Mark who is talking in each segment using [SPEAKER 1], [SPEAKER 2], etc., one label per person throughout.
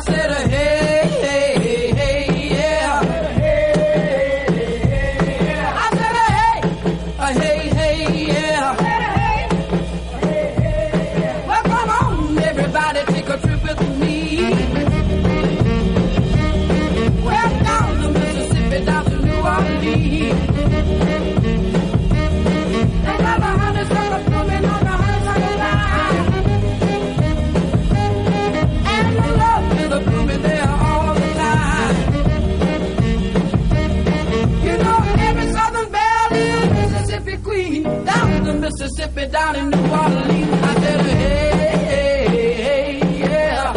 [SPEAKER 1] Mississippi down in New Orleans. I said, hey, hey, hey, yeah.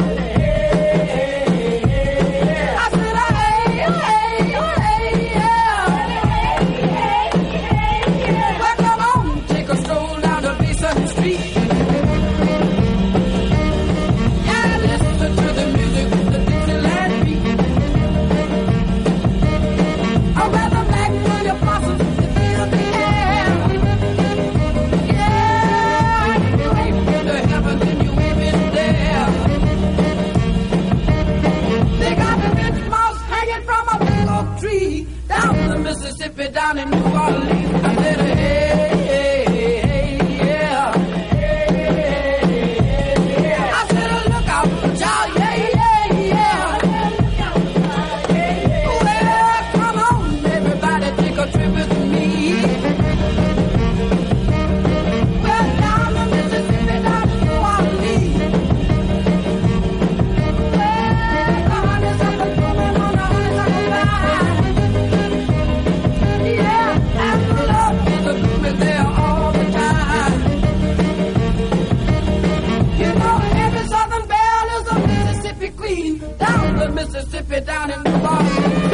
[SPEAKER 1] I said, hey, hey, hey, yeah. Well, come on, take a stroll down the Basin Street. Yeah, listen to the music with the Dixieland beat. I'd rather black for your blossoms to feel the air. Down the Mississippi, down in New Orleans. I said, hey, hey, hey, yeah. I said, look out, y'all, yeah, yeah, yeah. Well, come on, everybody, take a trip with me. Well, down the Mississippi, down in New Orleans. Well, the honeysuckle blooming on the honeysuckle vine. There all the time. You know every Southern belle is a Mississippi queen. Down the Mississippi, down in New Orleans.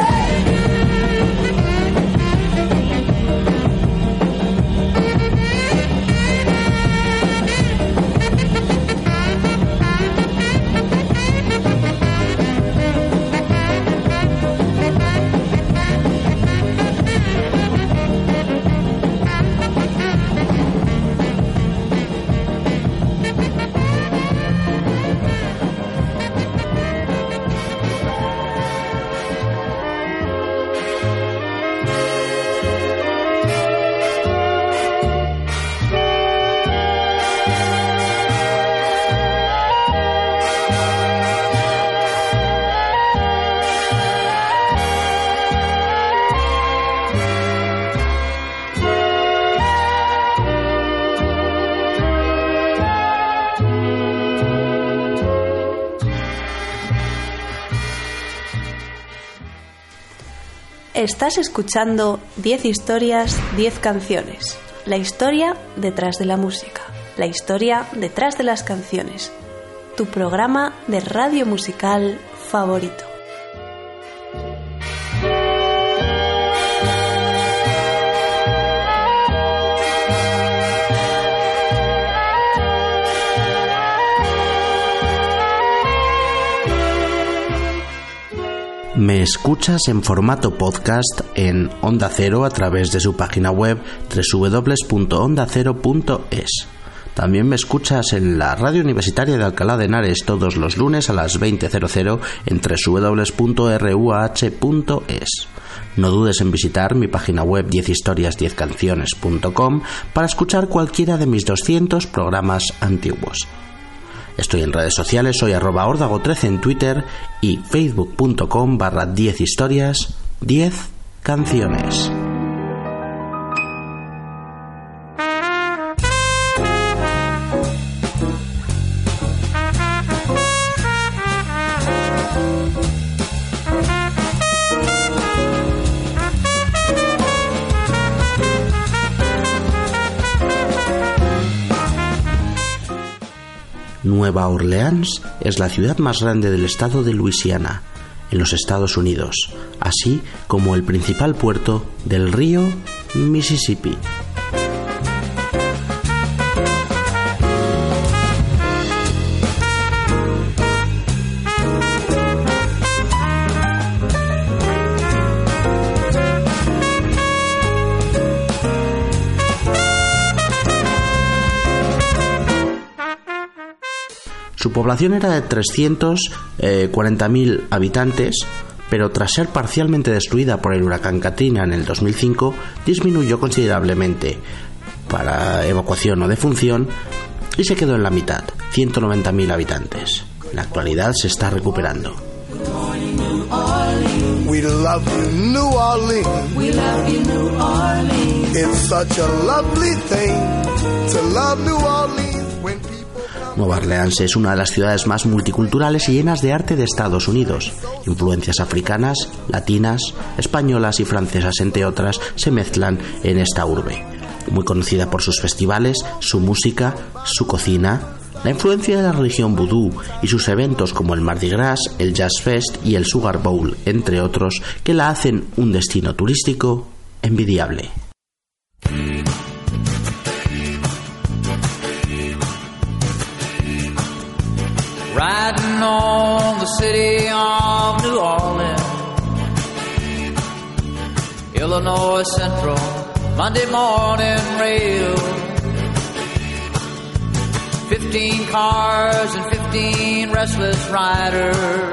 [SPEAKER 2] Estás escuchando 10 historias, 10 canciones. La historia detrás de la música. La historia detrás de las canciones. Tu programa de radio musical favorito.
[SPEAKER 3] Me escuchas en formato podcast en Onda Cero a través de su página web www.ondacero.es. También me escuchas en la radio universitaria de Alcalá de Henares todos los lunes a las 20:00 en www.ruah.es. No dudes en visitar mi página web 10historias10canciones.com para escuchar cualquiera de mis 200 programas antiguos. Estoy en redes sociales, soy @ordago13 en Twitter y facebook.com/10historias10canciones. Nueva Orleans es la ciudad más grande del estado de Luisiana, en los Estados Unidos, así como el principal puerto del río Mississippi. Su población era de 340.000 habitantes, pero tras ser parcialmente destruida por el huracán Katrina en el 2005, disminuyó considerablemente para evacuación o defunción y se quedó en la mitad, 190.000 habitantes. En la actualidad se está recuperando.
[SPEAKER 4] We love you, New Orleans. We love you, New Orleans. It's such a lovely thing to love New Orleans when people...
[SPEAKER 3] Nueva Orleans es una de las ciudades más multiculturales y llenas de arte de Estados Unidos. Influencias africanas, latinas, españolas y francesas, entre otras, se mezclan en esta urbe. Muy conocida por sus festivales, su música, su cocina, la influencia de la religión vudú y sus eventos como el Mardi Gras, el Jazz Fest y el Sugar Bowl, entre otros, que la hacen un destino turístico envidiable.
[SPEAKER 5] Riding on the city of New Orleans, Illinois Central, Monday morning rail. 15 cars and 15 restless riders.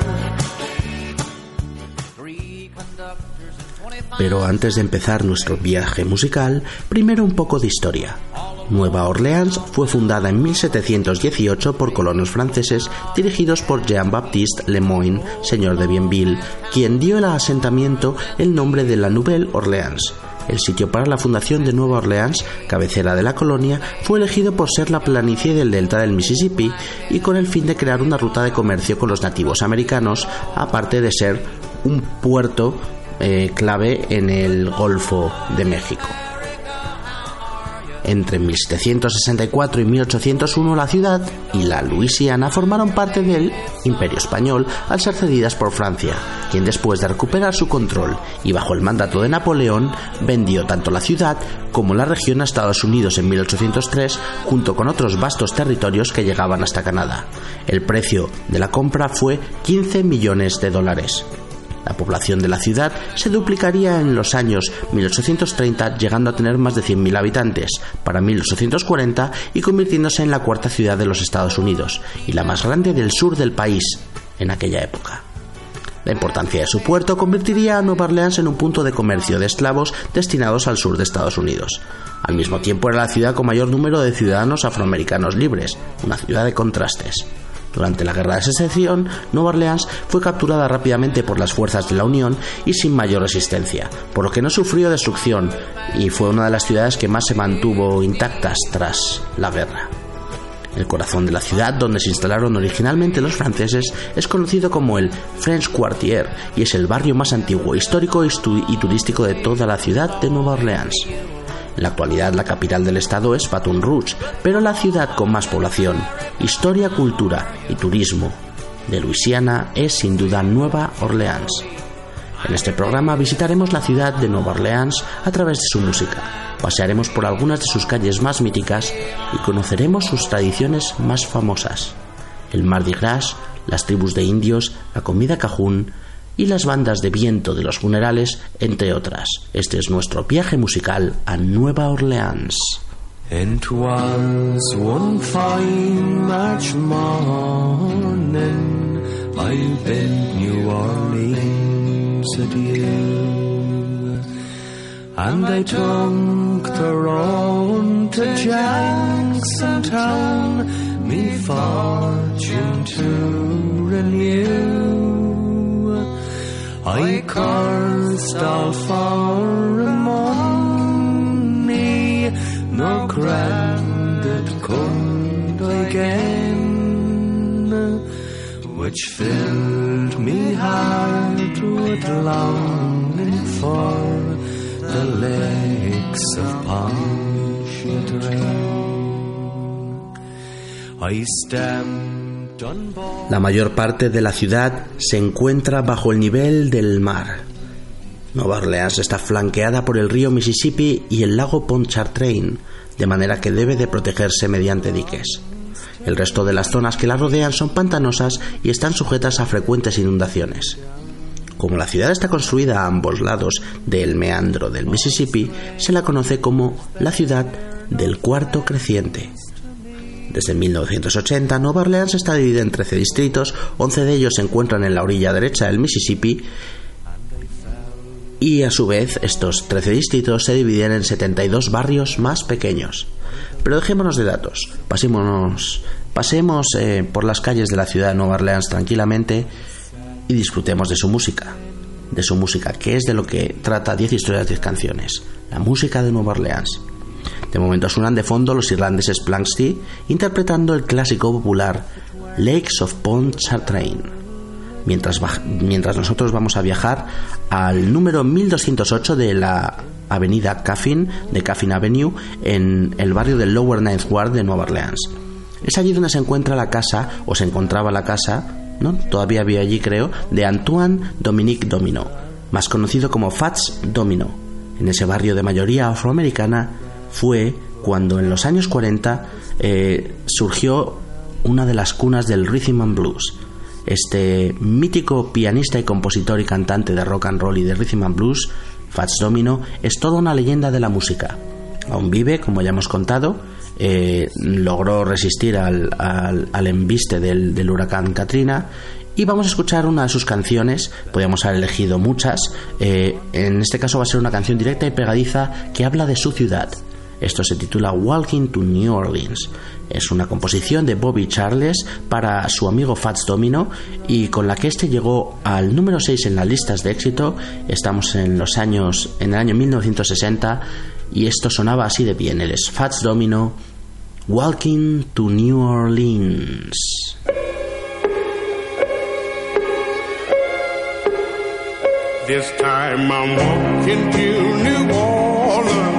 [SPEAKER 3] Pero antes de empezar nuestro viaje musical, primero un poco de historia. Nueva Orleans fue fundada en 1718 por colonos franceses dirigidos por Jean-Baptiste Le Moyne, señor de Bienville, quien dio al asentamiento el nombre de la Nouvelle Orleans. El sitio para la fundación de Nueva Orleans, cabecera de la colonia, fue elegido por ser la planicie del delta del Mississippi y con el fin de crear una ruta de comercio con los nativos americanos, aparte de ser un puerto clave en el Golfo de México. Entre 1764 y 1801 la ciudad y la Luisiana formaron parte del Imperio Español al ser cedidas por Francia, quien después de recuperar su control y bajo el mandato de Napoleón vendió tanto la ciudad como la región a Estados Unidos en 1803 junto con otros vastos territorios que llegaban hasta Canadá. El precio de la compra fue $15 millones. La población de la ciudad se duplicaría en los años 1830, llegando a tener más de 100.000 habitantes para 1840 y convirtiéndose en la cuarta ciudad de los Estados Unidos y la más grande del sur del país en aquella época. La importancia de su puerto convertiría a Nueva Orleans en un punto de comercio de esclavos destinados al sur de Estados Unidos. Al mismo tiempo era la ciudad con mayor número de ciudadanos afroamericanos libres, una ciudad de contrastes. Durante la Guerra de Secesión, Nueva Orleans fue capturada rápidamente por las fuerzas de la Unión y sin mayor resistencia, por lo que no sufrió destrucción y fue una de las ciudades que más se mantuvo intactas tras la guerra. El corazón de la ciudad, donde se instalaron originalmente los franceses, es conocido como el French Quartier y es el barrio más antiguo, histórico y turístico de toda la ciudad de Nueva Orleans. En la actualidad la capital del estado es Baton Rouge, pero la ciudad con más población, historia, cultura y turismo de Luisiana es sin duda Nueva Orleans. En este programa visitaremos la ciudad de Nueva Orleans a través de su música, pasearemos por algunas de sus calles más míticas y conoceremos sus tradiciones más famosas: el Mardi Gras, las tribus de indios, la comida cajún y las bandas de viento de los funerales, entre otras. Este es nuestro viaje musical a Nueva Orleans.
[SPEAKER 6] It was one fine March morning, I bid New Orleans adieu, and I took the road to Jacksontown, me fortune to renew. I cursed all for money, no credit could I gain, which filled me heart with longing for the lakes of Pontchartrain. I stepped.
[SPEAKER 3] La mayor parte de la ciudad se encuentra bajo el nivel del mar. Nueva Orleans está flanqueada por el río Mississippi y el lago Pontchartrain, de manera que debe de protegerse mediante diques. El resto de las zonas que la rodean son pantanosas y están sujetas a frecuentes inundaciones. Como la ciudad está construida a ambos lados del meandro del Mississippi, se la conoce como la ciudad del cuarto creciente. Desde 1980, Nueva Orleans está dividida en 13 distritos, 11 de ellos se encuentran en la orilla derecha del Mississippi, y a su vez estos 13 distritos se dividen en 72 barrios más pequeños. Pero dejémonos de datos, pasemos por las calles de la ciudad de Nueva Orleans tranquilamente y disfrutemos de su música, que es de lo que trata 10 historias, 10 canciones, la música de Nueva Orleans. De momento suenan de fondo los irlandeses Planxty interpretando el clásico popular Lakes of Pontchartrain, mientras nosotros vamos a viajar al número 1208 de la avenida Caffin, de Caffin Avenue, en el barrio del Lower Ninth Ward de Nueva Orleans. Es allí donde se encuentra la casa, o se encontraba la casa, ¿no? Todavía había allí, creo, de Antoine Dominique Domino, más conocido como Fats Domino. En ese barrio de mayoría afroamericana fue cuando en los años 40 surgió una de las cunas del rhythm and blues. Este mítico pianista y compositor y cantante de rock and roll y de rhythm and blues, Fats Domino, es toda una leyenda de la música. Aún vive, como ya hemos contado, logró resistir al embiste del huracán Katrina. Y vamos a escuchar una de sus canciones. Podríamos haber elegido muchas. En este caso va a ser una canción directa y pegadiza que habla de su ciudad. Esto se titula Walking to New Orleans. Es una composición de Bobby Charles para su amigo Fats Domino, y con la que este llegó al número 6 en las listas de éxito. Estamos en el año 1960, y esto sonaba así de bien. Él es Fats Domino, Walking to New Orleans.
[SPEAKER 7] This time I'm walking to New Orleans.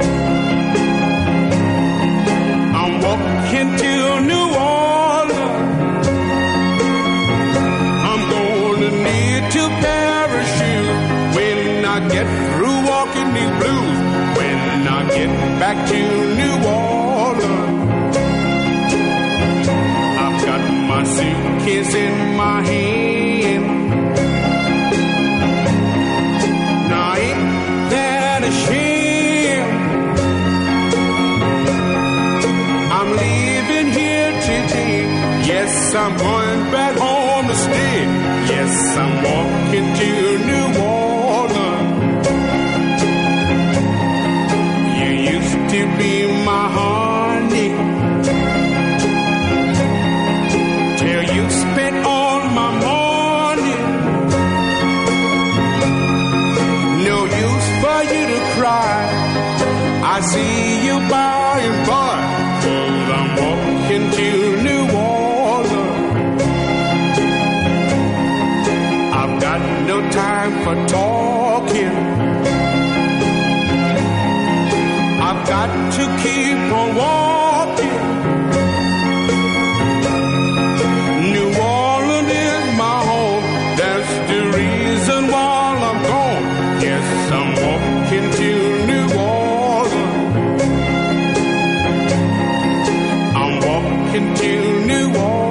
[SPEAKER 7] I'm walking to New Orleans. I'm gonna need to parachute when I get through walking these blues. When I get back to New Orleans, I've got my suitcase in my hand. Yes, I'm going back home to stay. Yes, I'm walking to New Orleans. You used to be my honey, till you spent all my money. No use for you to cry. I see you by and by, 'cause I'm walking to New Orleans. No time for talking. I've got to keep on walking. New Orleans is my home. That's the reason why I'm gone. Yes, I'm walking to New Orleans. I'm walking to New Orleans.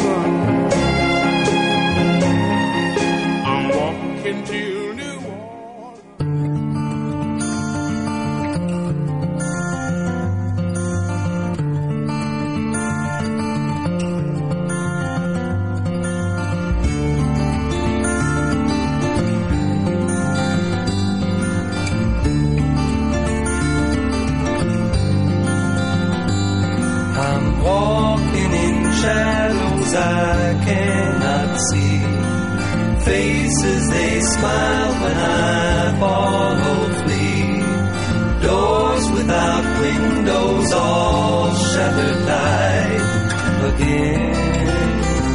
[SPEAKER 6] I cannot see faces, they smile when I follow, flee. Doors without windows, all shattered night again.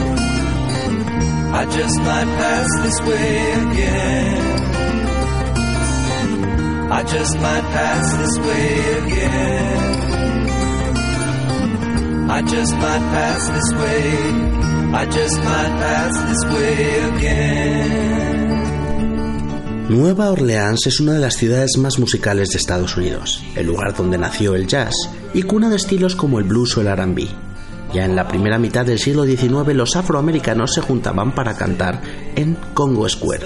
[SPEAKER 6] I just might pass this way again. I just might pass this way again. I just might pass this way. I just might pass this way again.
[SPEAKER 3] Nueva Orleans es una de las ciudades más musicales de Estados Unidos, el lugar donde nació el jazz y cuna de estilos como el blues o el R&B. Ya en la primera mitad del siglo XIX los afroamericanos se juntaban para cantar en Congo Square,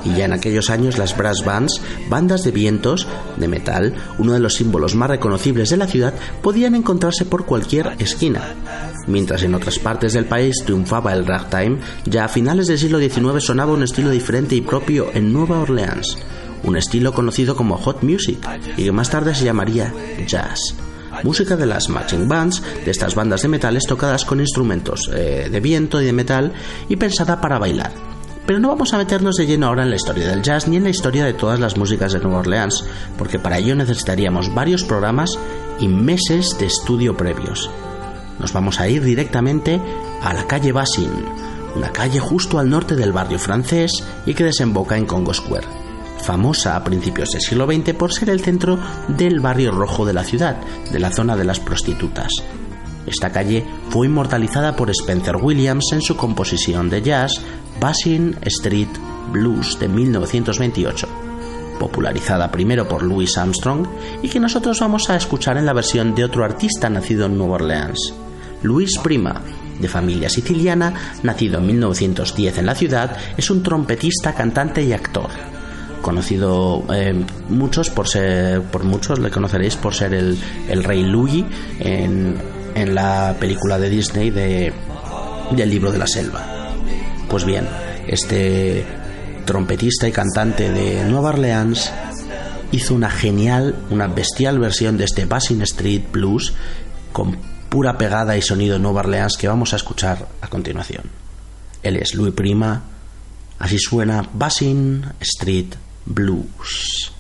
[SPEAKER 3] y ya en aquellos años las brass bands, bandas de vientos de metal, uno de los símbolos más reconocibles de la ciudad, podían encontrarse por cualquier esquina. Mientras en otras partes del país triunfaba el ragtime, ya a finales del siglo XIX sonaba un estilo diferente y propio en Nueva Orleans, un estilo conocido como hot music y que más tarde se llamaría jazz. Música de las marching bands, de estas bandas de metales tocadas con instrumentos de viento y de metal y pensada para bailar. Pero no vamos a meternos de lleno ahora en la historia del jazz ni en la historia de todas las músicas de Nueva Orleans, porque para ello necesitaríamos varios programas y meses de estudio previos. Nos vamos a ir directamente a la calle Bassin, una calle justo al norte del barrio francés y que desemboca en Congo Square, famosa a principios del siglo XX por ser el centro del barrio rojo de la ciudad, de la zona de las prostitutas. Esta calle fue inmortalizada por Spencer Williams en su composición de jazz Bassin Street Blues de 1928, popularizada primero por Louis Armstrong y que nosotros vamos a escuchar en la versión de otro artista nacido en Nueva Orleans, Louis Prima, de familia siciliana, nacido en 1910 en la ciudad, es un trompetista, cantante y actor. Conocido por muchos le conoceréis por ser el rey Louis en la película de Disney del libro de la selva. Pues bien, este trompetista y cantante de Nueva Orleans hizo una bestial versión de este Bassin Street Blues con pura pegada y sonido Nueva Orleans que vamos a escuchar a continuación. Él es Louis Prima, así suena Bassin Street Blues.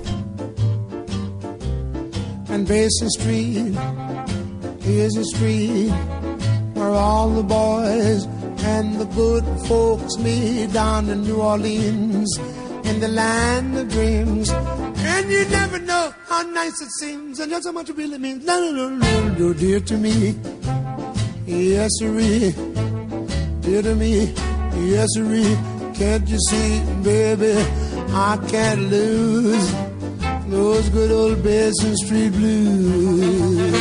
[SPEAKER 4] And Basin Street is a street where all the boys and the good folks meet down in New Orleans, in the land of dreams. And you never know how nice it seems, and just how much it really means. No, no, no, no, you're dear to me, yes sirree, dear to me, yes sirree. Can't you see, baby, I can't lose those good old Basin Street blues.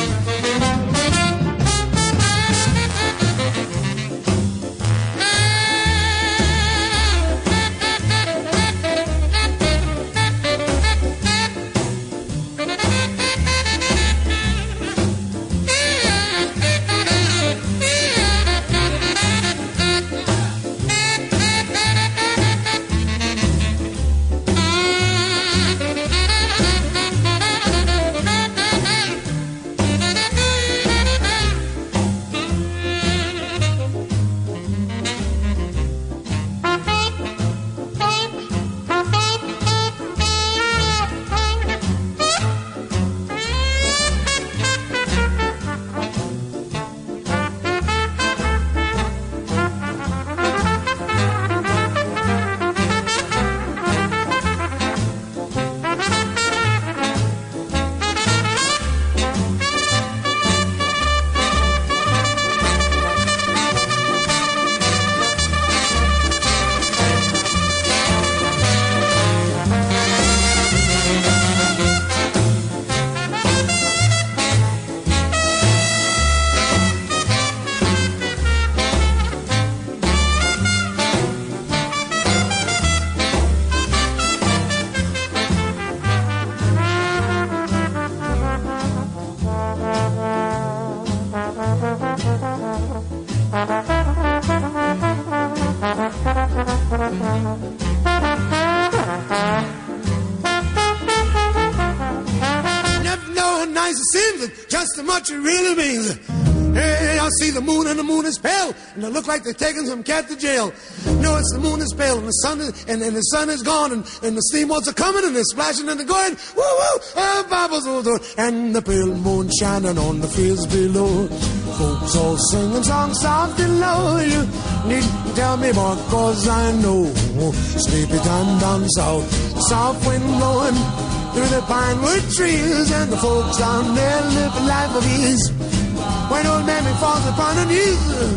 [SPEAKER 4] Just how much it really means. Hey, I see the moon and the moon is pale, and it look like they're taking some cat to jail. No, it's the moon is pale, and the sun is, and the sun is gone, and the steamboats are coming, and they're splashing and they're going, woo woo, oh, bubbles, and the pale moon shining on the fields below. Folks all singing songs soft and low. You need to tell me more, 'cause I know. Sleepy time down south, soft wind blowing through the pine wood trees, and the folks down there live a life of ease. When old mammy falls upon her knees,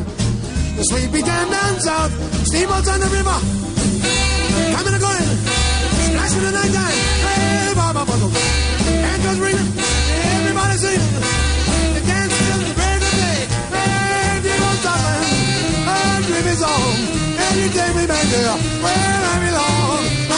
[SPEAKER 4] the sleepy time down south, steamboats on the river, coming and going, splashing the night time. Hey, Baba Bubble, angels ringing, everybody singing, the dance till the break of day. Hey, dear old Scotland, our dream is on, and you take me back there where I belong.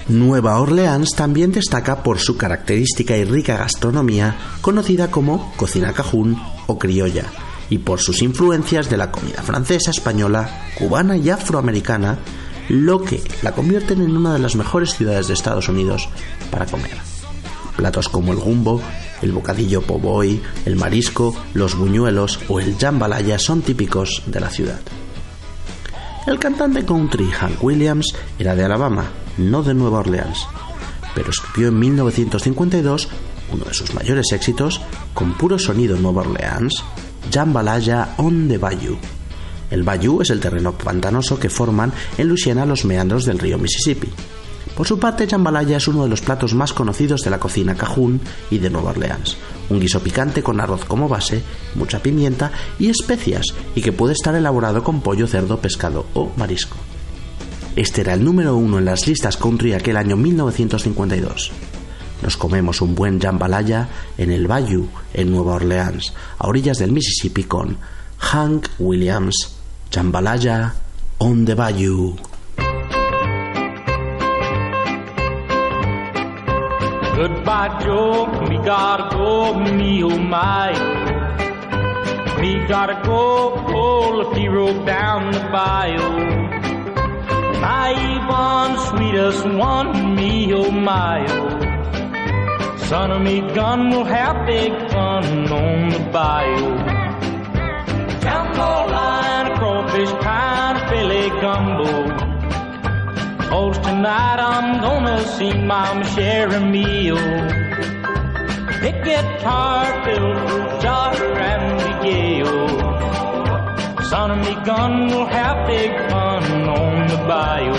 [SPEAKER 3] Nueva Orleans también destaca por su característica y rica gastronomía conocida como cocina cajún o criolla, y por sus influencias de la comida francesa, española, cubana y afroamericana, lo que la convierten en una de las mejores ciudades de Estados Unidos para comer. Platos como el gumbo, el bocadillo po' boy, el marisco, los buñuelos o el jambalaya son típicos de la ciudad. El cantante country Hank Williams era de Alabama, no de Nueva Orleans, pero escribió en 1952 uno de sus mayores éxitos con puro sonido Nueva Orleans, Jambalaya on the Bayou. El bayou es el terreno pantanoso que forman en Luisiana los meandros del río Mississippi. Por su parte, jambalaya es uno de los platos más conocidos de la cocina cajún y de Nueva Orleans, un guiso picante con arroz como base, mucha pimienta y especias, y que puede estar elaborado con pollo, cerdo, pescado o marisco. Este era el número 1 en las listas country aquel año 1952. Nos comemos un buen jambalaya en el bayou en Nueva Orleans, a orillas del Mississippi, con Hank Williams, Jambalaya on the Bayou.
[SPEAKER 8] Goodbye, Joe, me gotta go, me oh my. Me gotta go, pull a hero down the bayou. My Yvonne, sweetest one, me oh my. Son of me gun, we'll have big fun on the bayou. Jambalaya, crawfish pie, Philly gumbo. Oh, tonight I'm gonna see Mama share a meal. Big guitar, filled fruit jar, and the gale. Son of me gun, we'll have big fun on the bayou.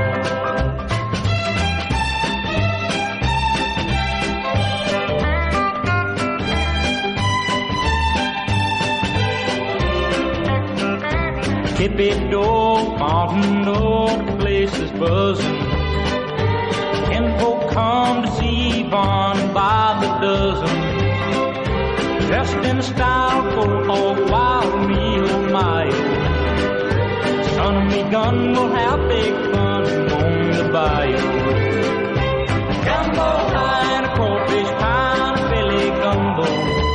[SPEAKER 8] Thibodeau, Mountain Road, the place is buzzing. Kinfolk come to see Yvonne by the dozen. Dressed in style, cold hog, wild meal, my son of me gun will have big fun on the bayou. Jambalaya, crawfish pie, Philly gumbo.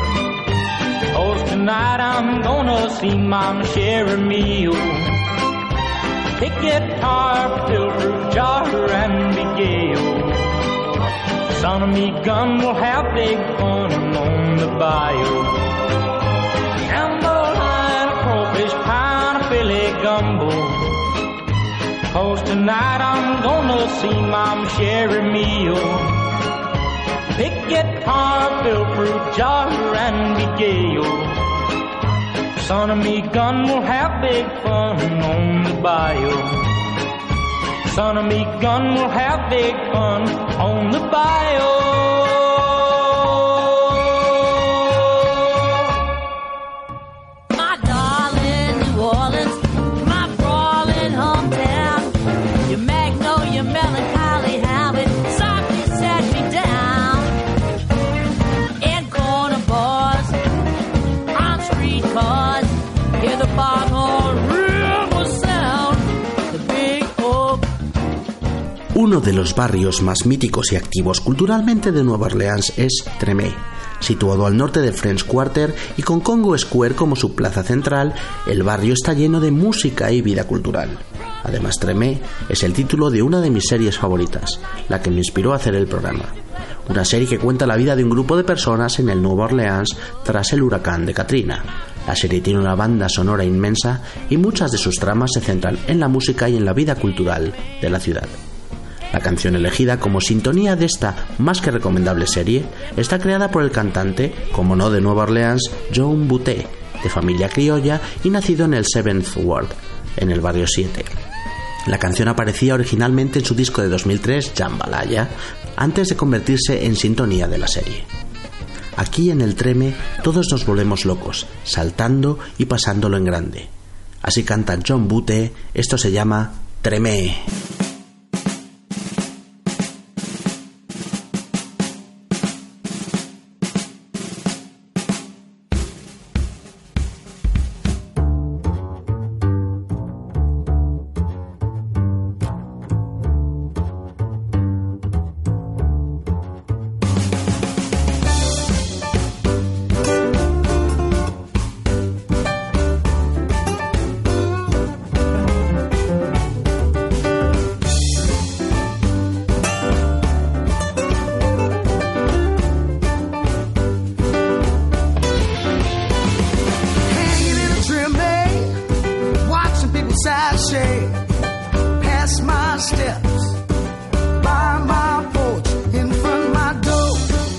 [SPEAKER 8] Tonight I'm gonna see Mama share a meal. Big guitar, filled fruit jar, and the gale. Son of me gun will have big fun on the bayou. Jambalaya, crawfish pie, Philly gumbo. 'Cause tonight I'm gonna see Mama share a meal. Big guitar, filled fruit jar, and the gale. Son of me gun will have big fun on the bayou. Son of me gun will have big fun on the bayou.
[SPEAKER 9] My darling New Orleans, my brawling hometown. Your magnolia melancholy habit softly set me down. In corner bars, on street cars, hear the foghorn river sound, the big oak.
[SPEAKER 3] Uno de los barrios más míticos y activos culturalmente de Nueva Orleans es Tremé. Situado al norte de French Quarter y con Congo Square como su plaza central, el barrio está lleno de música y vida cultural. Además, Tremé es el título de una de mis series favoritas, la que me inspiró a hacer el programa. Una serie que cuenta la vida de un grupo de personas en el Nueva Orleans tras el huracán de Katrina. La serie tiene una banda sonora inmensa y muchas de sus tramas se centran en la música y en la vida cultural de la ciudad. La canción elegida como sintonía de esta más que recomendable serie está creada por el cantante, como no de Nueva Orleans, John Butte, de familia criolla y nacido en el 7th Ward, en el barrio 7. La canción aparecía originalmente en su disco de 2003, Jambalaya, antes de convertirse en sintonía de la serie. Aquí en el Treme todos nos volvemos locos, saltando y pasándolo en grande. Así canta John Butte, esto se llama Tremé.
[SPEAKER 10] steps by my porch in front of my door.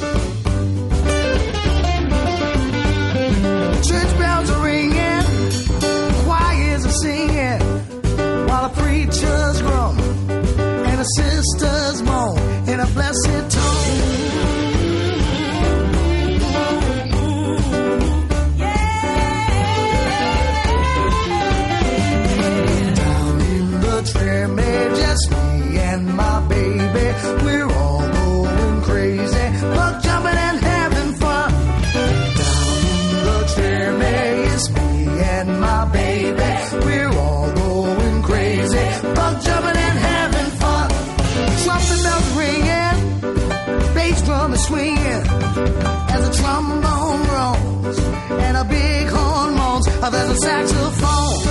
[SPEAKER 10] Church bells are ringing, choirs are singing, while the preachers groan and the sisters moan in a blessed tone. Just me and my baby, we're all going crazy, bug jumping and having fun. Down in the tramway, it's me and my baby, we're all going crazy, bug jumping and having fun. Trumpet bells ringing, bass drum is swinging, as a trombone rolls and a big horn moans. There's a saxophone.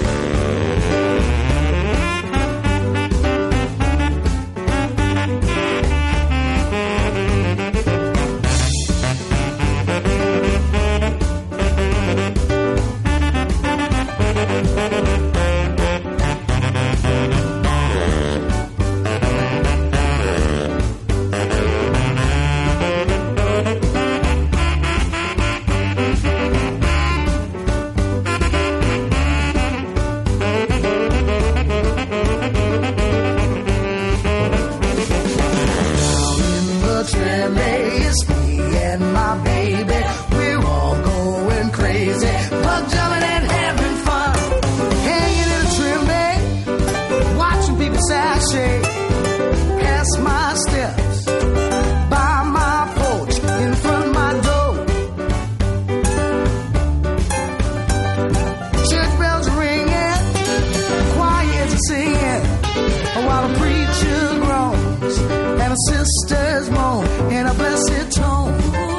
[SPEAKER 10] Sisters moan in a blessed tone.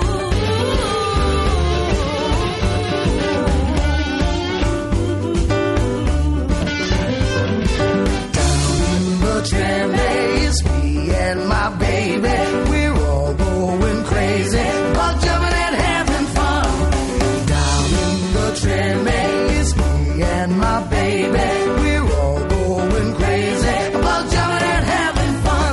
[SPEAKER 10] Down in the tramway, it's me and my baby, we're all going crazy, bug jumping and having fun. Down in the tramway, it's me and my baby, we're all going crazy, bug jumping and having fun.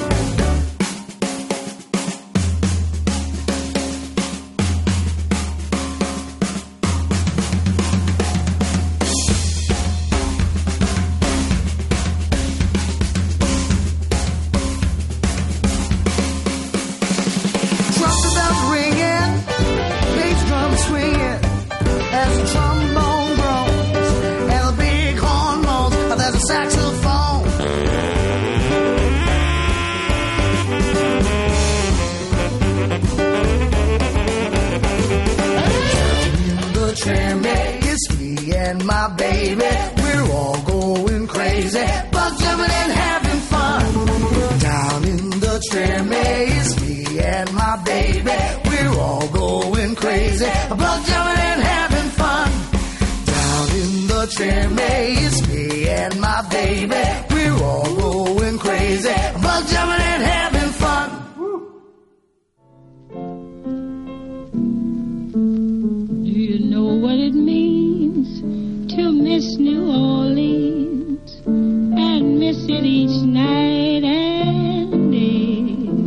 [SPEAKER 10] My baby, we're all going crazy, bug jumping and having fun. Down in the tramway, it's me and my baby, we're all going crazy, bug jumping and having fun. Down in the tramway, it's me and my baby, we're all going crazy, bug jumping and having fun.
[SPEAKER 11] Do you know what it means to miss New Orleans and miss it each night and day?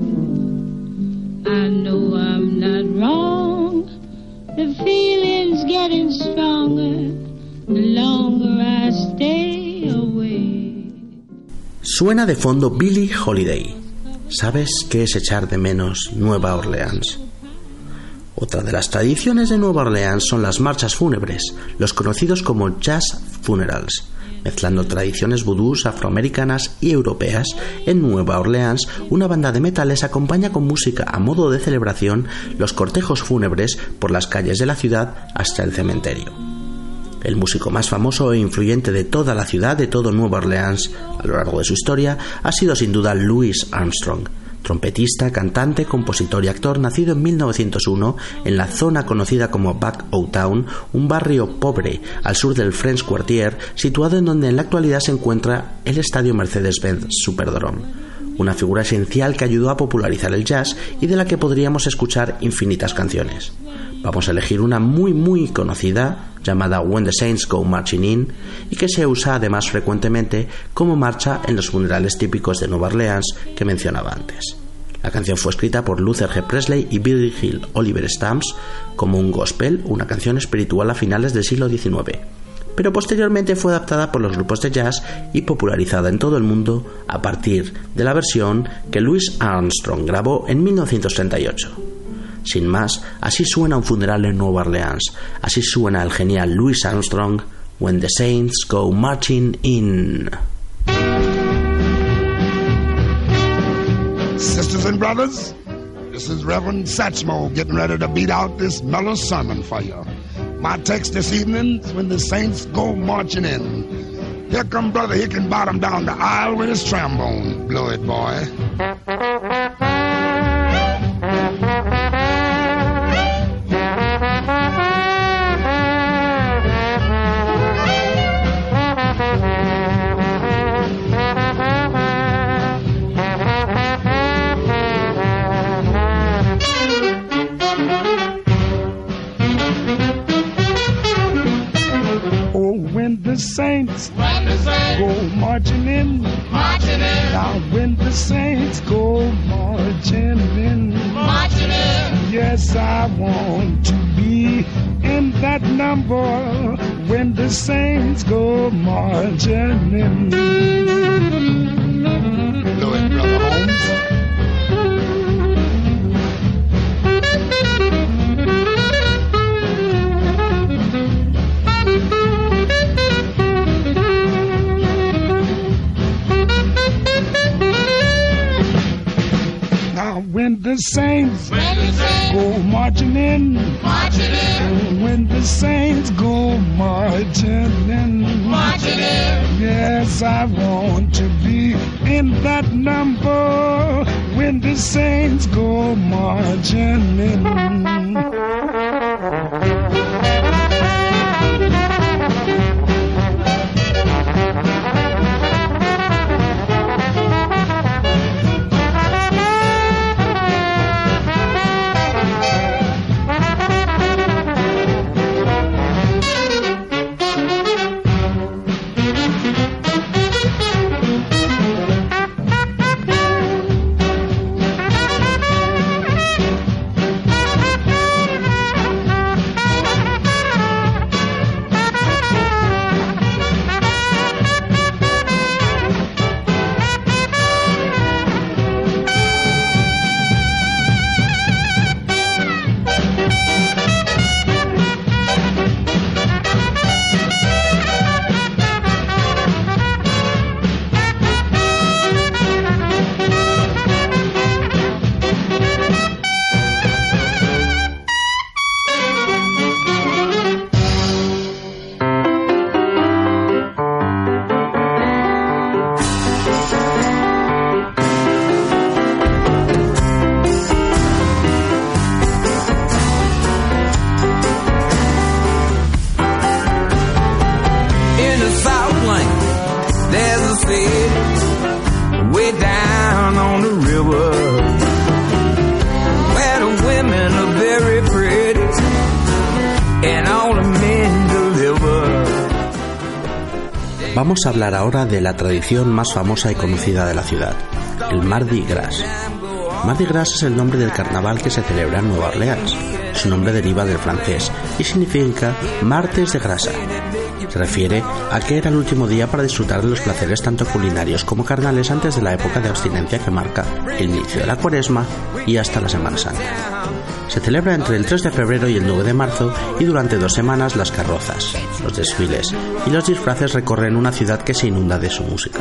[SPEAKER 11] I know I'm not wrong, the feeling's getting stronger the longer I stay away.
[SPEAKER 3] Suena de fondo Billie Holiday. ¿Sabes qué es echar de menos Nueva Orleans? Otra de las tradiciones de Nueva Orleans son las marchas fúnebres, los conocidos como jazz funerals. Mezclando tradiciones vudús, afroamericanas y europeas, en Nueva Orleans una banda de metales acompaña con música a modo de celebración los cortejos fúnebres por las calles de la ciudad hasta el cementerio. El músico más famoso e influyente de toda la ciudad, de todo Nueva Orleans, a lo largo de su historia, ha sido sin duda Louis Armstrong, trompetista, cantante, compositor y actor nacido en 1901 en la zona conocida como Back Town, un barrio pobre al sur del French Quartier, situado en donde en la actualidad se encuentra el estadio Mercedes-Benz Superdome, una figura esencial que ayudó a popularizar el jazz y de la que podríamos escuchar infinitas canciones. Vamos a elegir una muy conocida llamada When the Saints Go Marching In, y que se usa además frecuentemente como marcha en los funerales típicos de Nueva Orleans que mencionaba antes. La canción fue escrita por Luther G. Presley y Billy Hill Oliver Stamps como un gospel, una canción espiritual a finales del siglo XIX, pero posteriormente fue adaptada por los grupos de jazz y popularizada en todo el mundo a partir de la versión que Louis Armstrong grabó en 1938. Sin más, así suena un funeral en Nueva Orleans, así suena el genial Louis Armstrong, When the Saints Go Marching In.
[SPEAKER 4] Sisters and brothers, this is Reverend Satchmo getting ready to beat out this mellow sermon for you. My text this evening is when the saints go marching in. Here come Brother Hickenbottom down the aisle with his trombone. Blow it, boy.
[SPEAKER 10] The saints go marching in. Now when the saints go marching in, yes, I want to be in that number when the saints go marching in.
[SPEAKER 4] Blow it, Brother Holmes.
[SPEAKER 10] When the saints go marching in, when the saints go marching in, yes, I want to be in that number when the saints go marching in.
[SPEAKER 3] Vamos a hablar ahora de la tradición más famosa y conocida de la ciudad, el Mardi Gras. Mardi Gras es el nombre del carnaval que se celebra en Nueva Orleans. Su nombre deriva del francés y significa martes de grasa. Se refiere a que era el último día para disfrutar de los placeres tanto culinarios como carnales antes de la época de abstinencia que marca el inicio de la Cuaresma y hasta la Semana Santa. Se celebra entre el 3 de febrero y el 9 de marzo y durante 2 semanas las carrozas, los desfiles y los disfraces recorren una ciudad que se inunda de su música.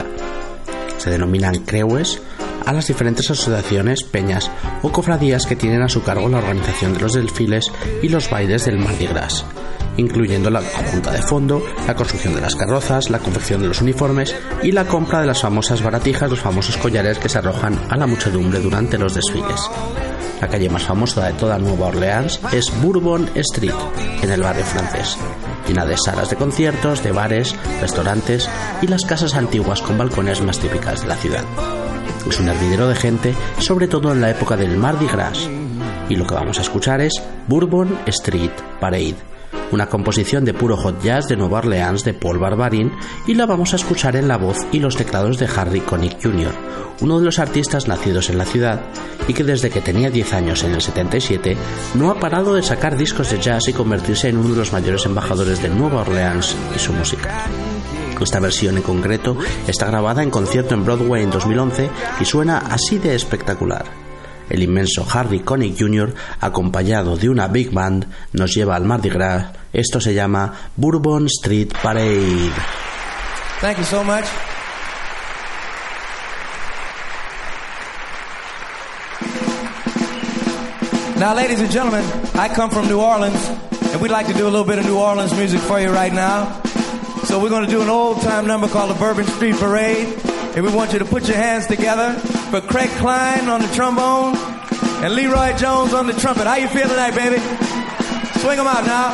[SPEAKER 3] Se denominan creues a las diferentes asociaciones, peñas o cofradías que tienen a su cargo la organización de los desfiles y los bailes del Mardi Gras, incluyendo la junta de fondo, la construcción de las carrozas, la confección de los uniformes y la compra de las famosas baratijas, los famosos collares que se arrojan a la muchedumbre durante los desfiles. La calle más famosa de toda Nueva Orleans es Bourbon Street, en el barrio francés, llena de salas de conciertos, de bares, restaurantes y las casas antiguas con balcones más típicas de la ciudad. Es un hervidero de gente, sobre todo en la época del Mardi Gras, y lo que vamos a escuchar es Bourbon Street Parade, una composición de puro hot jazz de Nueva Orleans de Paul Barbarin, y la vamos a escuchar en la voz y los teclados de Harry Connick Jr., uno de los artistas nacidos en la ciudad y que desde que tenía 10 años en el 77 no ha parado de sacar discos de jazz y convertirse en uno de los mayores embajadores de Nueva Orleans y su música. Esta versión en concreto está grabada en concierto en Broadway en 2011 y suena así de espectacular. El inmenso Harry Connick Jr., acompañado de una big band, nos lleva al Mardi Gras. Esto se llama Bourbon Street Parade.
[SPEAKER 6] Thank you so much. Now, ladies and gentlemen, I come from New Orleans, and we'd like to do a little bit of New Orleans music for you right now. So we're going to do an old-time number called the Bourbon Street Parade, and we want you to put your hands together for Craig Klein on the trombone and Leroy Jones on the trumpet. How you feel tonight, baby? Swing them out now.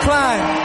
[SPEAKER 6] Klein.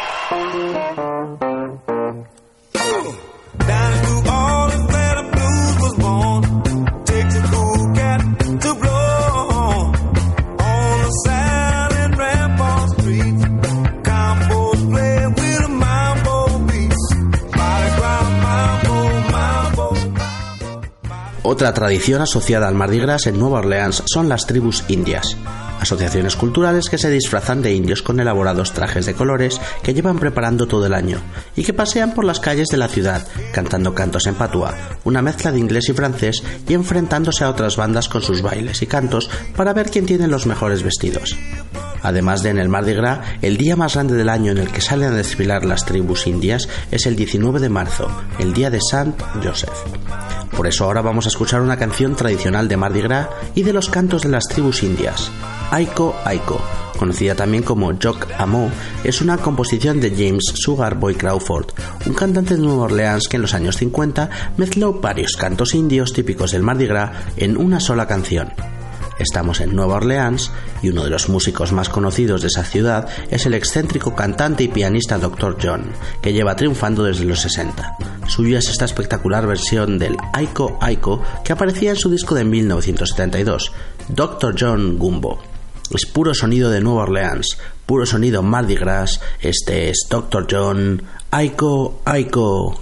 [SPEAKER 6] Down in New Orleans where the blues was born. Takes a cool cat to blow on the silent Rampart Street. Combos play with a mambo beats. Mardi Gras, mambo, mambo.
[SPEAKER 3] Otra tradición asociada al Mardi Gras en Nueva Orleans son las tribus indias, asociaciones culturales que se disfrazan de indios con elaborados trajes de colores que llevan preparando todo el año y que pasean por las calles de la ciudad cantando cantos en patuá, una mezcla de inglés y francés, y enfrentándose a otras bandas con sus bailes y cantos para ver quién tiene los mejores vestidos. Además de en el Mardi Gras, el día más grande del año en el que salen a desfilar las tribus indias es el 19 de marzo, el día de Sant Joseph. Por eso ahora vamos a escuchar una canción tradicional de Mardi Gras y de los cantos de las tribus indias. Aiko Aiko, conocida también como Jock Amo, es una composición de James Sugar Boy Crawford, un cantante de Nueva Orleans que en los años 50 mezcló varios cantos indios típicos del Mardi Gras en una sola canción. Estamos en Nueva Orleans y uno de los músicos más conocidos de esa ciudad es el excéntrico cantante y pianista Dr. John, que lleva triunfando desde los 60. Suya es esta espectacular versión del Aiko Aiko que aparecía en su disco de 1972, Dr. John Gumbo. Es puro sonido de Nueva Orleans, puro sonido Mardi Gras. Este es Dr. John, Aiko Aiko.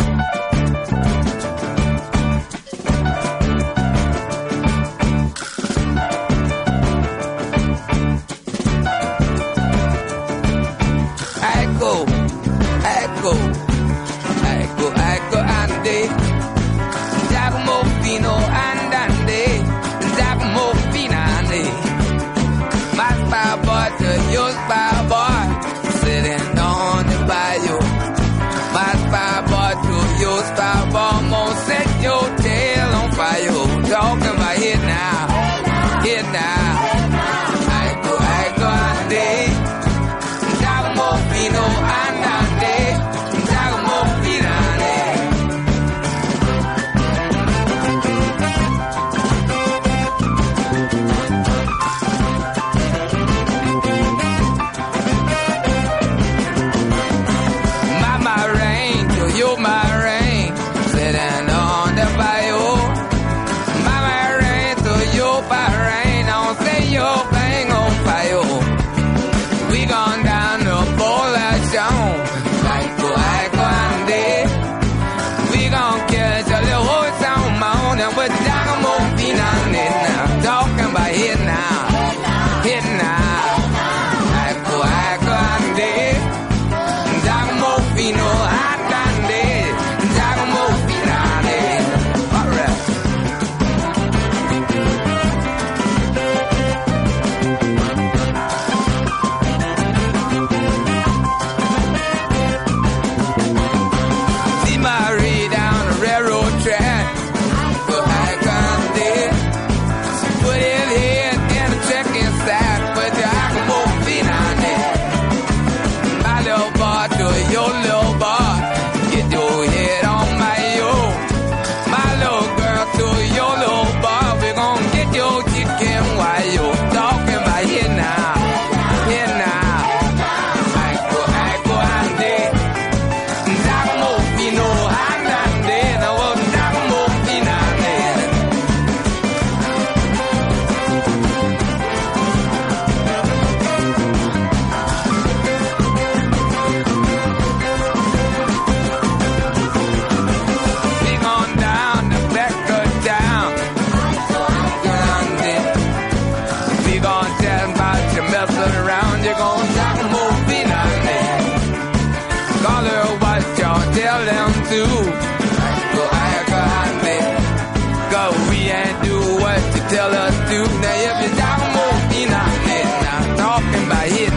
[SPEAKER 12] Tell us to now if you talk more, you know, now talking about it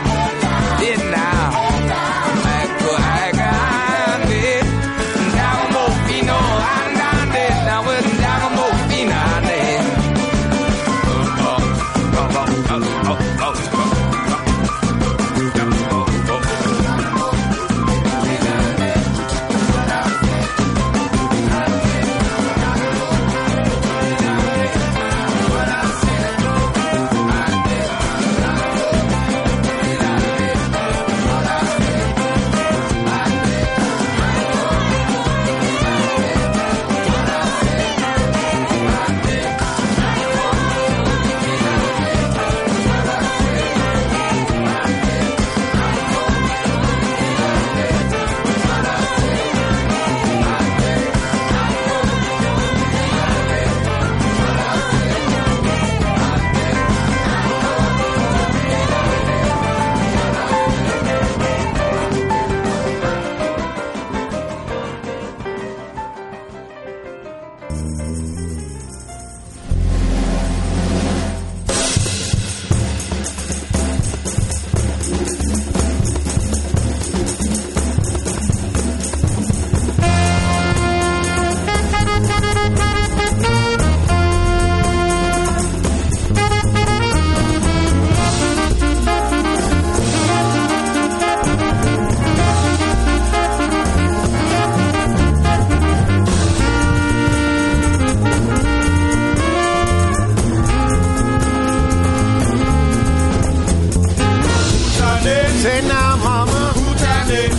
[SPEAKER 12] now, I got it. Now more, you know, I'm down there. Now we're down more, you know,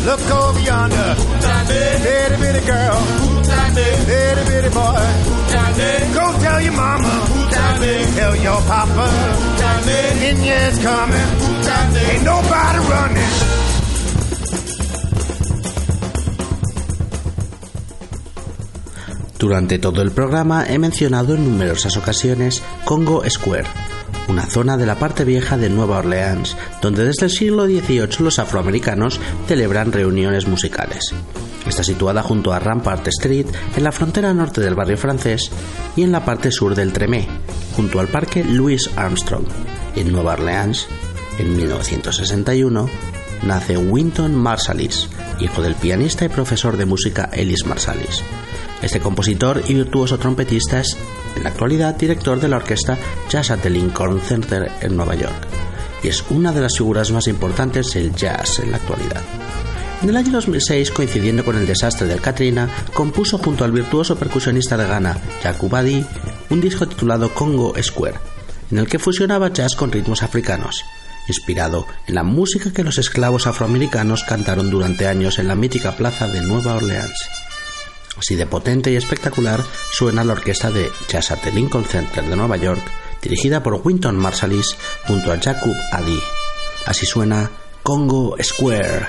[SPEAKER 13] Look over yonder, bitty bitty girl, bitty bitty boy. Go tell your mama, tell your papa, Indians coming, ain't nobody running.
[SPEAKER 3] Durante todo el programa he mencionado en numerosas ocasiones Congo Square, una zona de la parte vieja de Nueva Orleans, donde desde el siglo XVIII los afroamericanos celebran reuniones musicales. Está situada junto a Rampart Street, en la frontera norte del barrio francés, y en la parte sur del Tremé, junto al parque Louis Armstrong. En Nueva Orleans, en 1961, nace Wynton Marsalis, hijo del pianista y profesor de música Ellis Marsalis. Este compositor y virtuoso trompetista es, en la actualidad, director de la orquesta Jazz at the Lincoln Center en Nueva York, y es una de las figuras más importantes del jazz en la actualidad. En el año 2006, coincidiendo con el desastre del Katrina, compuso junto al virtuoso percusionista de Ghana, Jacob Adi, un disco titulado Congo Square, en el que fusionaba jazz con ritmos africanos, inspirado en la música que los esclavos afroamericanos cantaron durante años en la mítica plaza de Nueva Orleans. Así de potente y espectacular suena la orquesta de Jazz at the Lincoln Center de Nueva York, dirigida por Wynton Marsalis junto a Jacob Adi. Así suena Congo Square.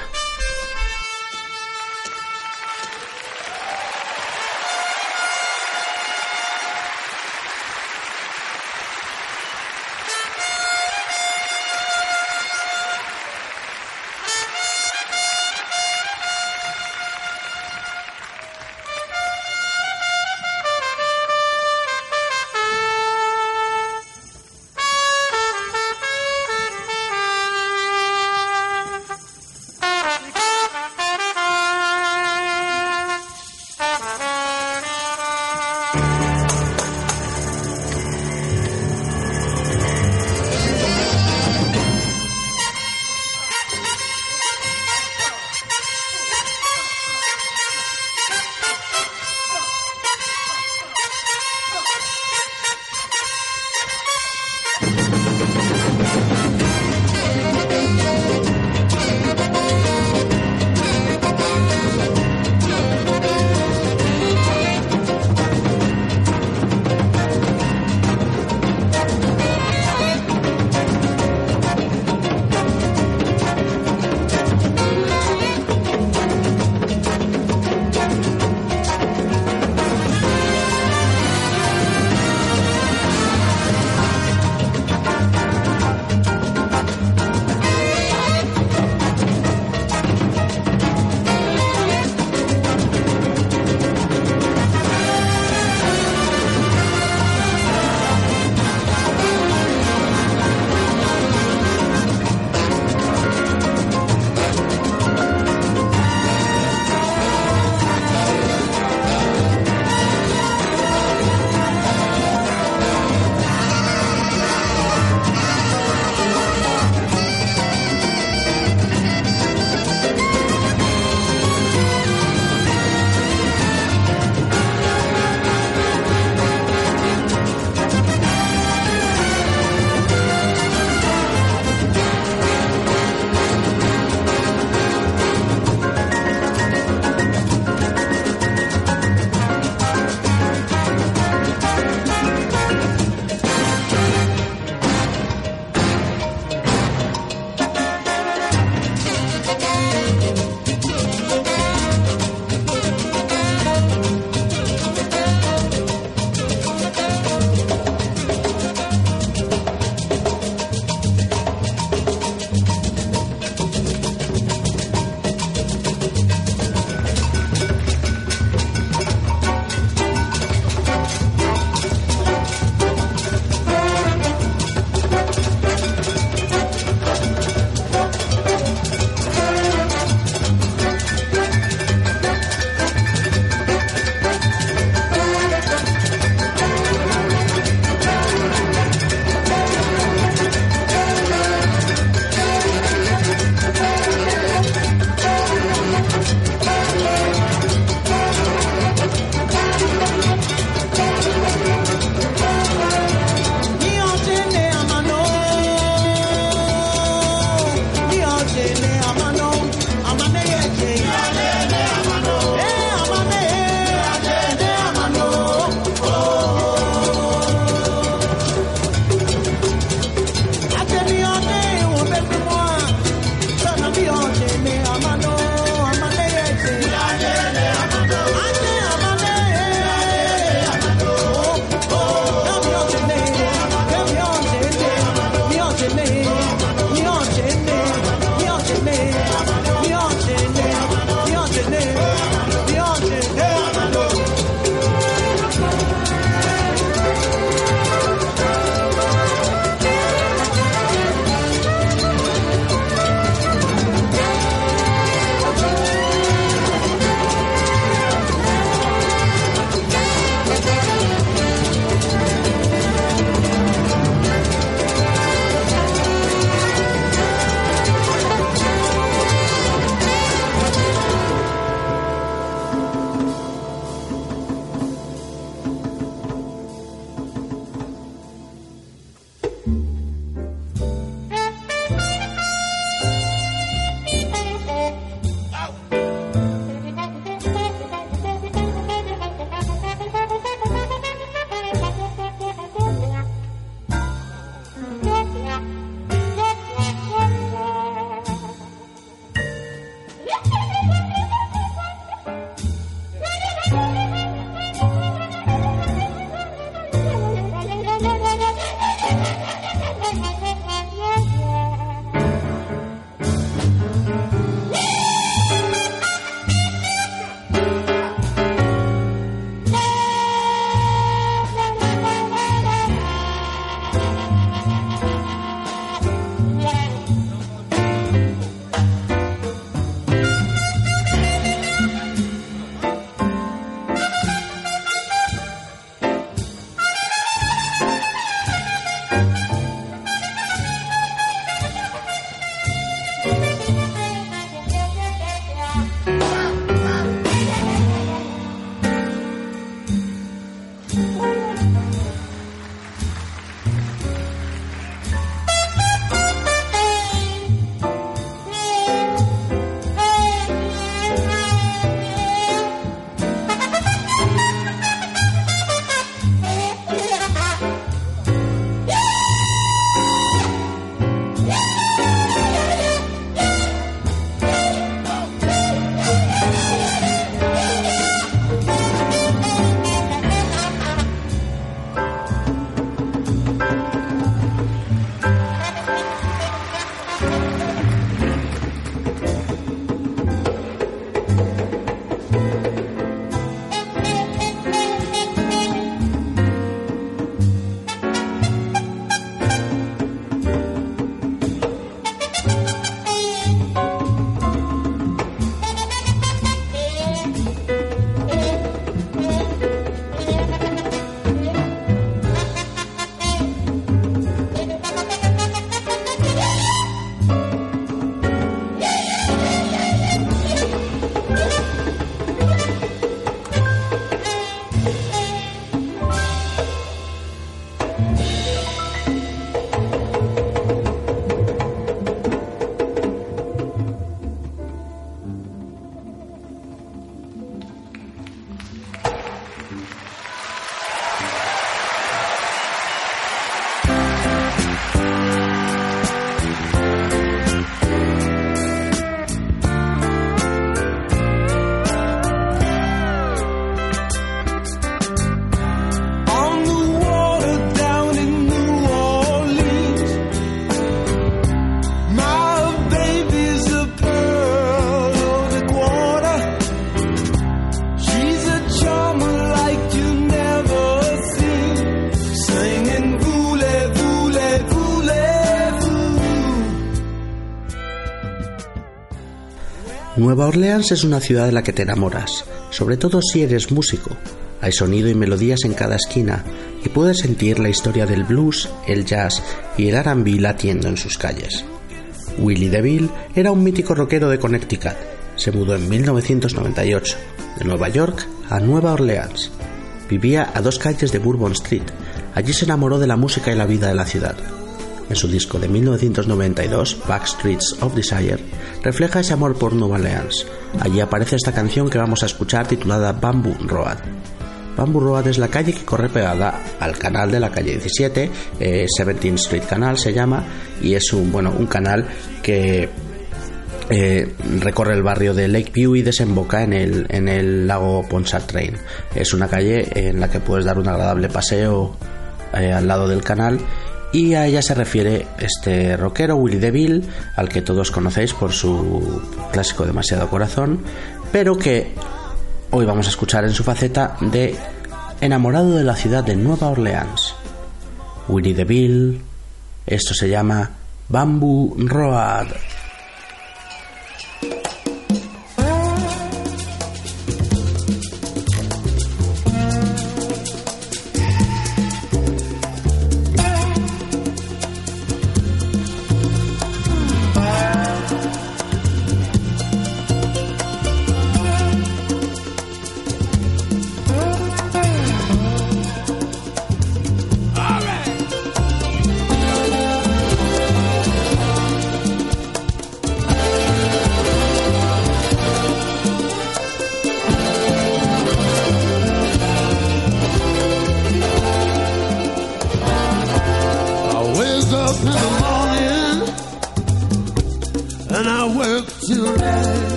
[SPEAKER 3] Nueva Orleans es una ciudad de la que te enamoras, sobre todo si eres músico. Hay sonido y melodías en cada esquina y puedes sentir la historia del blues, el jazz y el R&B latiendo en sus calles. Willie DeVille era un mítico rockero de Connecticut. Se mudó en 1998 de Nueva York a Nueva Orleans. Vivía a 2 calles de Bourbon Street. Allí se enamoró de la música y la vida de la ciudad. En su disco de 1992, Backstreets of Desire, refleja ese amor por Nueva Orleans. Allí aparece esta canción que vamos a escuchar titulada Bamboo Road. Bamboo Road es la calle que corre pegada al canal de la calle 17, 17th Street Canal se llama, y es un canal que recorre el barrio de Lakeview y desemboca en el lago Pontchartrain. Es una calle en la que puedes dar un agradable paseo al lado del canal, y a ella se refiere este rockero Willie DeVille, al que todos conocéis por su clásico Demasiado Corazón, pero que hoy vamos a escuchar en su faceta de enamorado de la ciudad de Nueva Orleans. Willie DeVille, esto se llama Bamboo Road.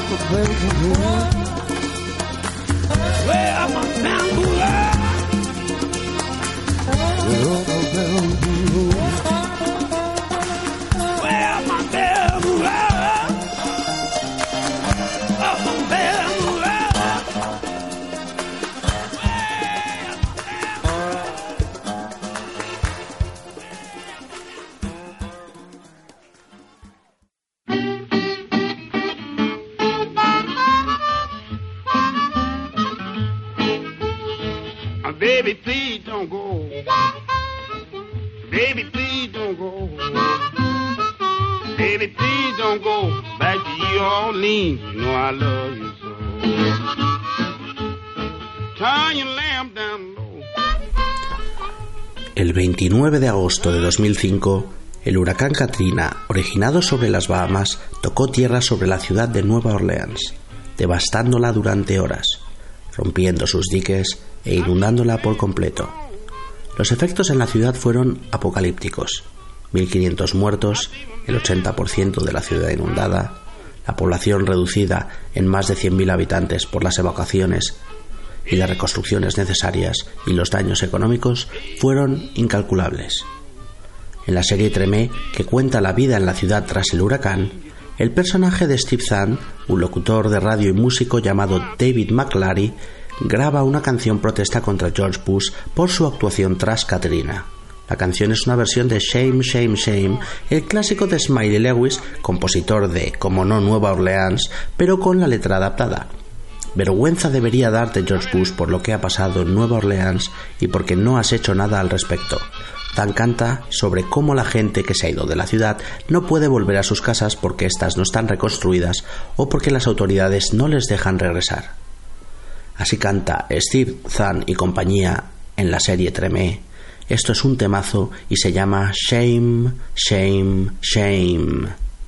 [SPEAKER 1] Well, my bamboo love. Well, my bamboo love. Well, my bamboo love. Oh, my bamboo love.
[SPEAKER 7] Baby, please don't go. Baby, please don't go. Baby, please don't go back to New Orleans. You know I love you so. Turn your lamp down low.
[SPEAKER 3] El 29 de agosto de 2005, el huracán Katrina, originado sobre las Bahamas, tocó tierra sobre la ciudad de Nueva Orleans, devastándola durante horas, rompiendo sus diques e inundándola por completo. Los efectos en la ciudad fueron apocalípticos: 1.500 muertos, el 80% de la ciudad inundada, la población reducida en más de 100.000 habitantes por las evacuaciones y las reconstrucciones necesarias, y los daños económicos fueron incalculables. En la serie Tremé, que cuenta la vida en la ciudad tras el huracán, el personaje de Steve Zahn, un locutor de radio y músico llamado David McClary, graba una canción protesta contra George Bush por su actuación tras Katrina. La canción es una versión de Shame, Shame, Shame, el clásico de Smiley Lewis, compositor de, como no, Nueva Orleans, pero con la letra adaptada. Vergüenza debería darte, George Bush, por lo que ha pasado en Nueva Orleans y porque no has hecho nada al respecto. Zahn canta sobre cómo la gente que se ha ido de la ciudad no puede volver a sus casas porque éstas no están reconstruidas o porque las autoridades no les dejan regresar. Así canta Steve Zahn y compañía en la serie Tremé. Esto es un temazo y se llama Shame, Shame, Shame.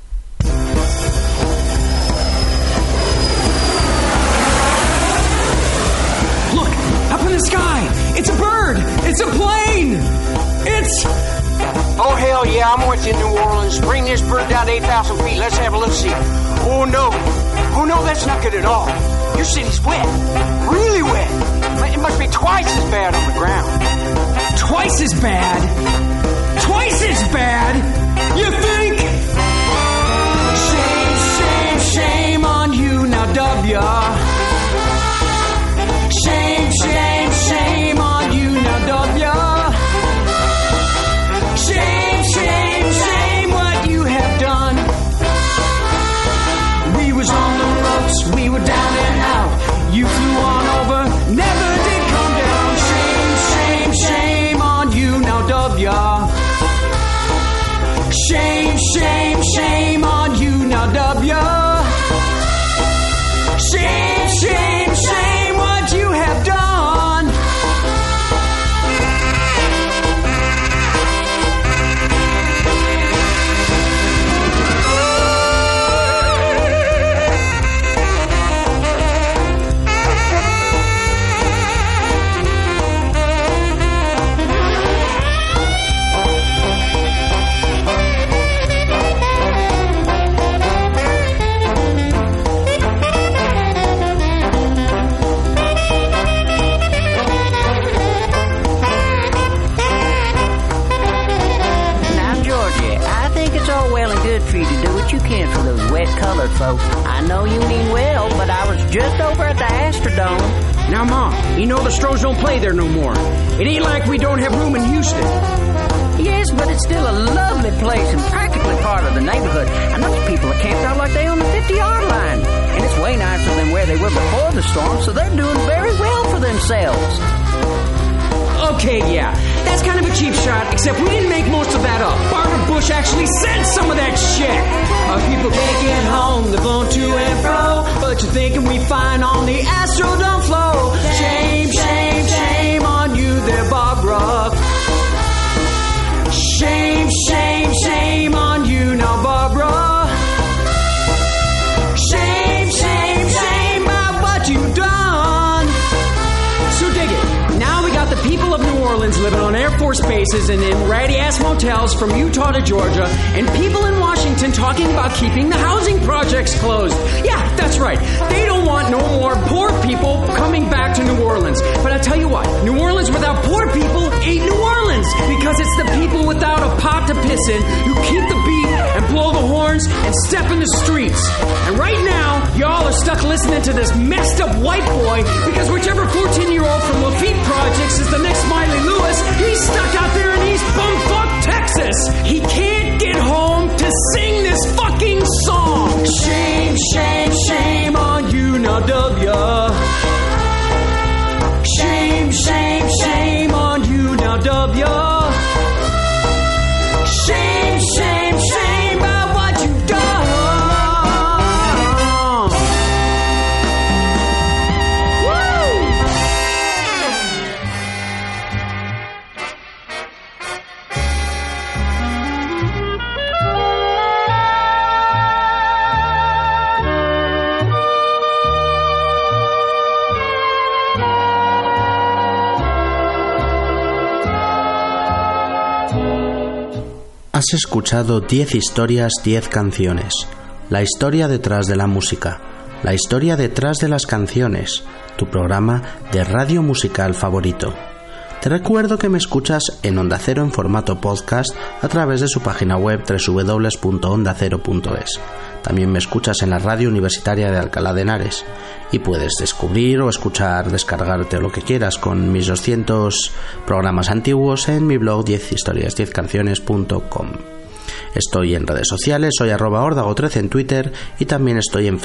[SPEAKER 14] Look, up in the sky. It's a bird. It's a plane. It's...
[SPEAKER 15] Oh, hell yeah, I'm with you, New Orleans. Bring this bird down to 8,000 feet. Let's have a look see. Oh, no. Oh, no, that's not good at all. Your city's wet. Really wet. It must be twice as bad on the ground.
[SPEAKER 14] Twice as bad? Twice as bad? You think? Shame, shame, shame on you now, W. Shame, shame, shame on you now, W. Shame, shame, shame what you have done. We was on the ropes, we were down and out. You flew on over, never did come down. Shame, shame, shame on you now, W. Shame, shame, shame on you now, W. Shame, shame, shame what you have done.
[SPEAKER 15] Colored folks. I know you mean well, but I was just over at the Astrodome.
[SPEAKER 14] Now, Mom, you know the Stros don't play there no more. It ain't like we don't have room in Houston.
[SPEAKER 15] Yes, but it's still a lovely place and practically part of the neighborhood. And those people are camped out like they own the 50-yard line. And it's way nicer than where they were before the storm, so they're doing very well for themselves.
[SPEAKER 14] Okay, yeah, that's kind of a cheap shot, except we didn't make most of that up. Barbara Bush actually said some of that shit. Our people can't get home, they're blown to and fro, but you're thinking we fine on the Astrodome flow. Shame, shame, shame on you there, Barbara. Shame, shame, shame on you now, Barbara. Shame, shame, shame about what you've done. So dig it. Now we got the people of New Orleans living on air Force bases and in ratty-ass motels from Utah to Georgia, and people in Washington talking about keeping the housing projects closed. Yeah, that's right. They don't want no more poor people coming back to New Orleans. But I tell you what, New Orleans without poor people ain't New Orleans, because it's the people without a pot to piss in who keep the beat and blow the horns and step in the streets. And right now, y'all are stuck listening to this messed up white boy because whichever 14-year-old from Lafitte Projects is the next Miley Lewis, he's stuck out there in East Bumfuck, Texas. He can't get home to sing this fucking song. Shame, shame, shame on you now, W. Shame, shame, shame on you now, W. Shame, shame, shame about what you've done.
[SPEAKER 3] Has escuchado 10 historias, 10 canciones. La historia detrás de la música. La historia detrás de las canciones. Tu programa de radio musical favorito. Te recuerdo que me escuchas en Onda Cero en formato podcast a través de su página web www.ondacero.es. También me escuchas en la radio universitaria de Alcalá de Henares y puedes descubrir o escuchar, descargarte lo que quieras con mis 200 programas antiguos en mi blog 10historias10canciones.com. Estoy en redes sociales, soy @ordago13 en Twitter y también estoy en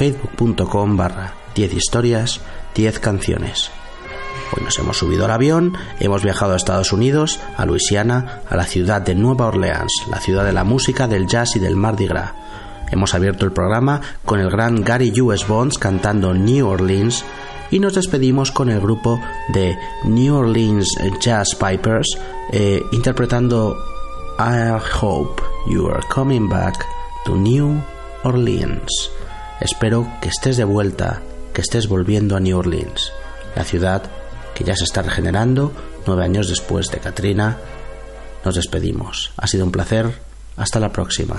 [SPEAKER 3] facebook.com/10historias10canciones. Hoy nos hemos subido al avión, hemos viajado a Estados Unidos, a Luisiana, a la ciudad de Nueva Orleans, la ciudad de la música, del jazz y del Mardi Gras. Hemos abierto el programa con el gran Gary U.S. Bonds cantando New Orleans y nos despedimos con el grupo de New Orleans Jazz Pipers interpretando I Hope You Are Coming Back to New Orleans. Espero que estés de vuelta, que estés volviendo a New Orleans, la ciudad que ya se está regenerando 9 años después de Katrina. Nos despedimos. Ha sido un placer. Hasta la próxima.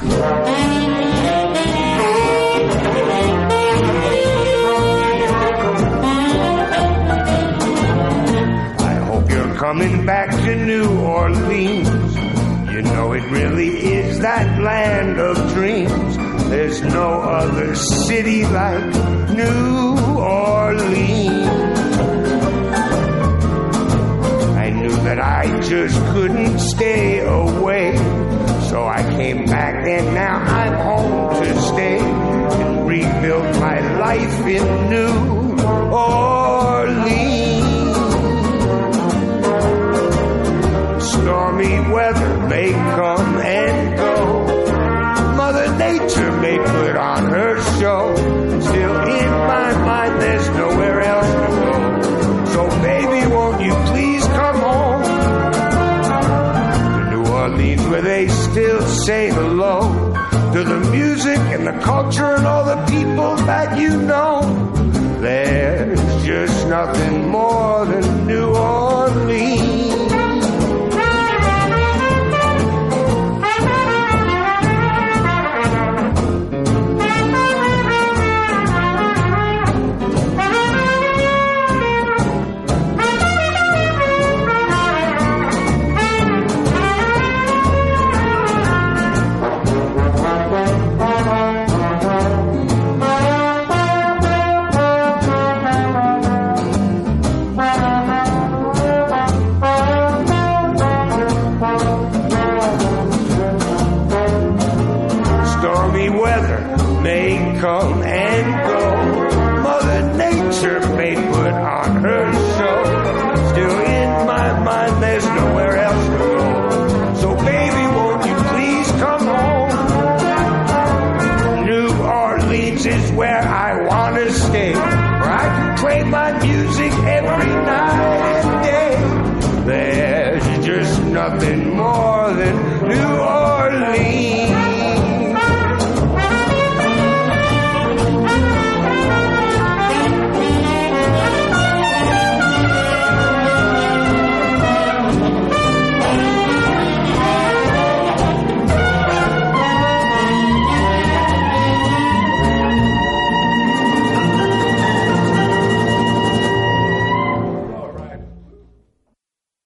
[SPEAKER 13] Coming back to New Orleans, you know it really is that land of dreams. There's no other city like New Orleans. I knew that I just couldn't stay away, so I came back and now I'm home to stay and rebuild my life in New Orleans. Stormy weather may come and go, Mother Nature may put on her show, still in my mind there's nowhere else to go. So baby, won't you please come home to New Orleans, where they still say hello to the music and the culture and all the people that you know. There's just nothing more than New Orleans. Come and go, Mother Nature may put on her show, still in my mind there's nowhere else to go. So baby, won't you please come home? New Orleans is where I want to stay, where I can play my music every night and day. There's just nothing more than New Orleans.